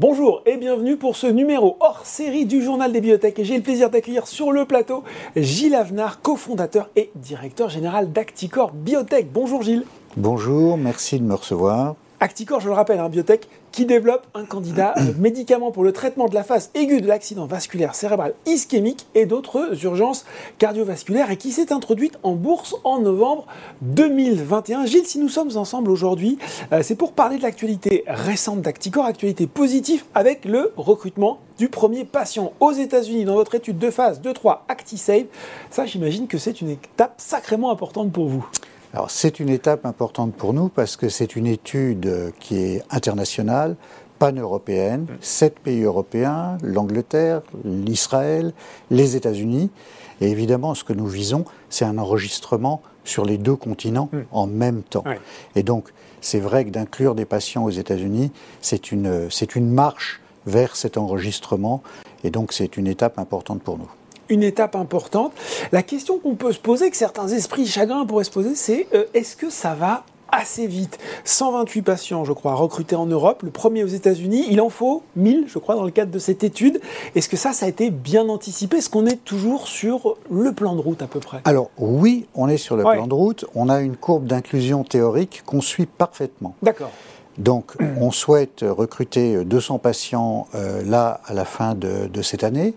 Bonjour et bienvenue pour ce numéro hors série du Journal des Biotech. Et j'ai le plaisir d'accueillir sur le plateau Gilles Avenard, cofondateur et directeur général d'Acticor Biotech. Bonjour Gilles. Bonjour, merci de me recevoir. Acticor, je le rappelle, un biotech qui développe un candidat médicament pour le traitement de la phase aiguë de l'accident vasculaire cérébral ischémique et d'autres urgences cardiovasculaires et qui s'est introduite en bourse en novembre 2021. Gilles, si nous sommes ensemble aujourd'hui, c'est pour parler de l'actualité récente d'Acticor, actualité positive avec le recrutement du premier patient aux États-Unis dans votre étude de phase 2-3 ActiSave. Ça, j'imagine que c'est une étape sacrément importante pour vous. Alors, c'est une étape importante pour nous parce que c'est une étude qui est internationale, pan-européenne, 7 pays européens, l'Angleterre, l'Israël, les États-Unis. Et évidemment, ce que nous visons, c'est un enregistrement sur les deux continents en même temps. Oui. Et donc, c'est vrai que d'inclure des patients aux États-Unis, c'est une marche vers cet enregistrement. Et donc, c'est une étape importante pour nous. Une étape importante. La question qu'on peut se poser, que certains esprits chagrins pourraient se poser, c'est est-ce que ça va assez vite ? 128 patients, je crois, recrutés en Europe, le premier aux États-Unis. Il en faut 1000, je crois, dans le cadre de cette étude. Est-ce que ça a été bien anticipé ? Est-ce qu'on est toujours sur le plan de route à peu près ? Alors oui, on est sur le plan de route. On a une courbe d'inclusion théorique qu'on suit parfaitement. D'accord. Donc, on souhaite recruter 200 patients là à la fin de cette année,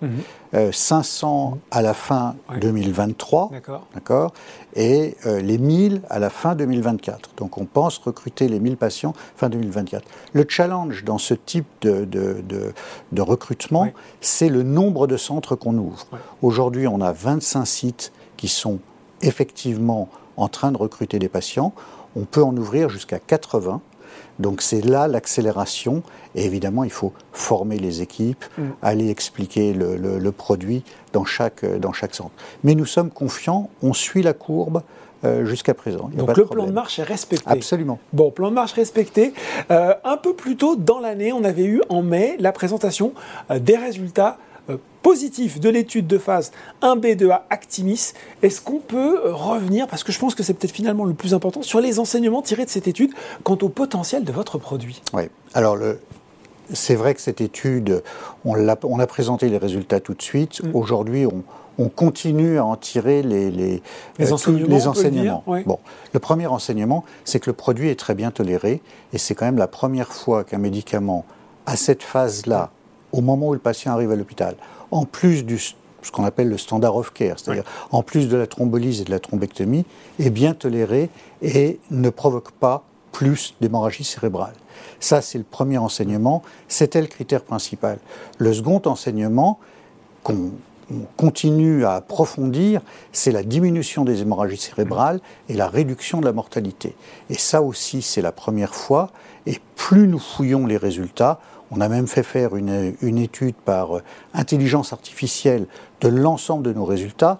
500 à la fin 2023, d'accord, et les 1000 à la fin 2024. Donc, on pense recruter les 1000 patients fin 2024. Le challenge dans ce type de recrutement, c'est le nombre de centres qu'on ouvre. Aujourd'hui, on a 25 sites qui sont effectivement en train de recruter des patients. On peut en ouvrir jusqu'à 80. Donc c'est là l'accélération et évidemment il faut former les équipes, aller expliquer le produit dans chaque centre. Mais nous sommes confiants, on suit la courbe jusqu'à présent. Donc le plan de marche est respecté. Absolument. Bon, plan de marche respecté. Un peu plus tôt dans l'année, on avait eu en mai la présentation des résultats positif de l'étude de phase 1B2A Actimis. Est-ce qu'on peut revenir, parce que je pense que c'est peut-être finalement le plus important, sur les enseignements tirés de cette étude quant au potentiel de votre produit ? Oui, alors c'est vrai que cette étude, on a présenté les résultats tout de suite. Aujourd'hui, on continue à en tirer les enseignements. Bon, le premier enseignement, c'est que le produit est très bien toléré et c'est quand même la première fois qu'un médicament à cette phase-là, au moment où le patient arrive à l'hôpital, en plus de ce qu'on appelle le standard of care, c'est-à-dire en plus de la thrombolyse et de la thrombectomie, est bien toléré et ne provoque pas plus d'hémorragie cérébrale. Ça, c'est le premier enseignement, c'était le critère principal. Le second enseignement qu'on continue à approfondir, c'est la diminution des hémorragies cérébrales et la réduction de la mortalité. Et ça aussi, c'est la première fois, et plus nous fouillons les résultats, on a même fait faire une étude par intelligence artificielle de l'ensemble de nos résultats,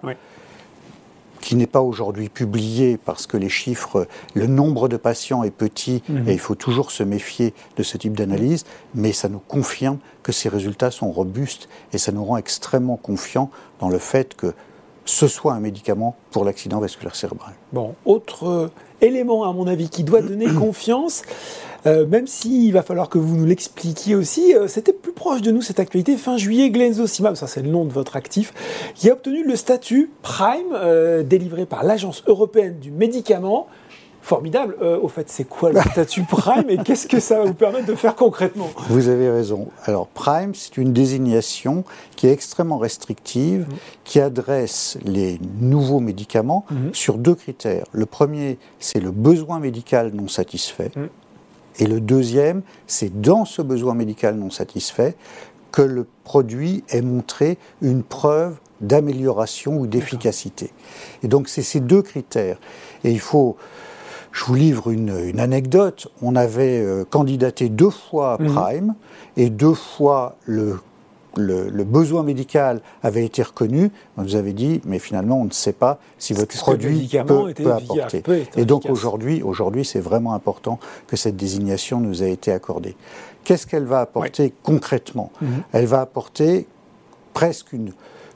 qui n'est pas aujourd'hui publiée parce que les chiffres, le nombre de patients est petit et il faut toujours se méfier de ce type d'analyse, mais ça nous confirme que ces résultats sont robustes et ça nous rend extrêmement confiants dans le fait que ce soit un médicament pour l'accident vasculaire cérébral. Bon, autre élément à mon avis qui doit donner confiance, même s'il va falloir que vous nous l'expliquiez aussi, c'était plus proche de nous cette actualité. Fin juillet, Glenzocimab, ça c'est le nom de votre actif, qui a obtenu le statut Prime délivré par l'Agence européenne du médicament. Formidable. Au fait, c'est quoi le statut Prime et qu'est-ce que ça va vous permettre de faire concrètement ? Vous avez raison. Alors, Prime, c'est une désignation qui est extrêmement restrictive, qui adresse les nouveaux médicaments sur deux critères. Le premier, c'est le besoin médical non satisfait. Et le deuxième, c'est dans ce besoin médical non satisfait que le produit ait montré une preuve d'amélioration ou d'efficacité. Et donc, c'est ces deux critères. Et il faut... Je vous livre une anecdote. On avait candidaté 2 fois à Prime et 2 fois le besoin médical avait été reconnu. On nous avait dit, mais finalement, on ne sait pas si votre produit peut apporter. Et donc aujourd'hui, c'est vraiment important que cette désignation nous ait été accordée. Qu'est-ce qu'elle va apporter concrètement ? Elle va apporter presque une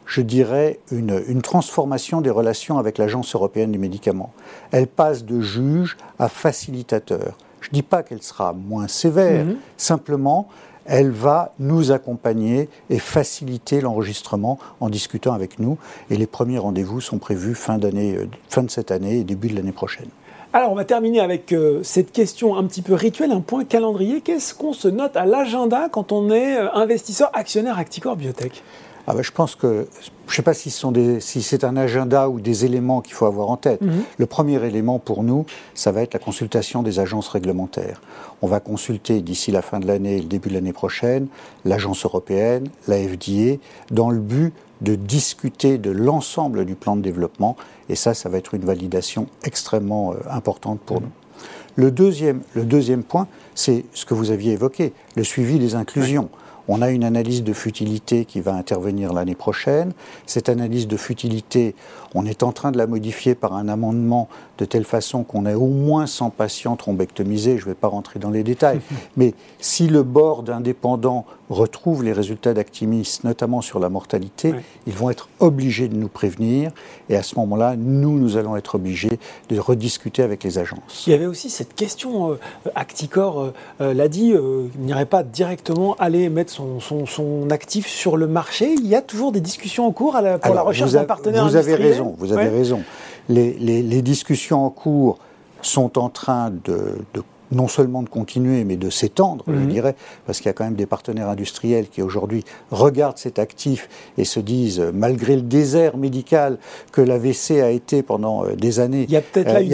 transformation des relations avec l'Agence européenne du médicament. Elle passe de juge à facilitateur. Je ne dis pas qu'elle sera moins sévère, simplement, elle va nous accompagner et faciliter l'enregistrement en discutant avec nous. Et les premiers rendez-vous sont prévus fin de cette année et début de l'année prochaine. Alors, on va terminer avec cette question un petit peu rituelle, un point calendrier. Qu'est-ce qu'on se note à l'agenda quand on est investisseur actionnaire Acticor Biotech ? Je pense que, je ne sais pas si c'est un agenda ou des éléments qu'il faut avoir en tête. Le premier élément pour nous, ça va être la consultation des agences réglementaires. On va consulter d'ici la fin de l'année et le début de l'année prochaine l'agence européenne, la FDA, dans le but de discuter de l'ensemble du plan de développement. Et ça va être une validation extrêmement importante pour nous. Le deuxième point, c'est ce que vous aviez évoqué, le suivi des inclusions. On a une analyse de futilité qui va intervenir l'année prochaine. Cette analyse de futilité, on est en train de la modifier par un amendement de telle façon qu'on ait au moins 100 patients thrombectomisés. Je ne vais pas rentrer dans les détails. Mais si le board indépendant retrouve les résultats d'Actimis, notamment sur la mortalité, ils vont être obligés de nous prévenir. Et à ce moment-là, nous allons être obligés de rediscuter avec les agences. Il y avait aussi cette question, Acticor l'a dit, il n'irait pas directement aller mettre son actif sur le marché. Il y a toujours des discussions en cours pour la recherche d'un partenaire industriel. Vous avez raison. Les discussions en cours sont en train de non seulement de continuer, mais de s'étendre, je dirais, parce qu'il y a quand même des partenaires industriels qui aujourd'hui regardent cet actif et se disent, malgré le désert médical que l'AVC a été pendant des années, il y a peut-être là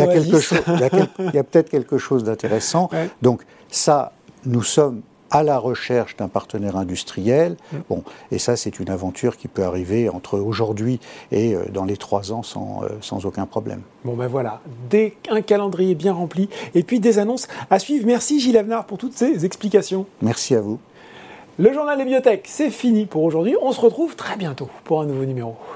il y a peut-être quelque chose d'intéressant. Donc ça, nous sommes à la recherche d'un partenaire industriel. Bon, et ça, c'est une aventure qui peut arriver entre aujourd'hui et dans les 3 ans sans aucun problème. Bon ben voilà, un calendrier bien rempli et puis des annonces à suivre. Merci Gilles Avenard pour toutes ces explications. Merci à vous. Le journal des biotech, c'est fini pour aujourd'hui. On se retrouve très bientôt pour un nouveau numéro.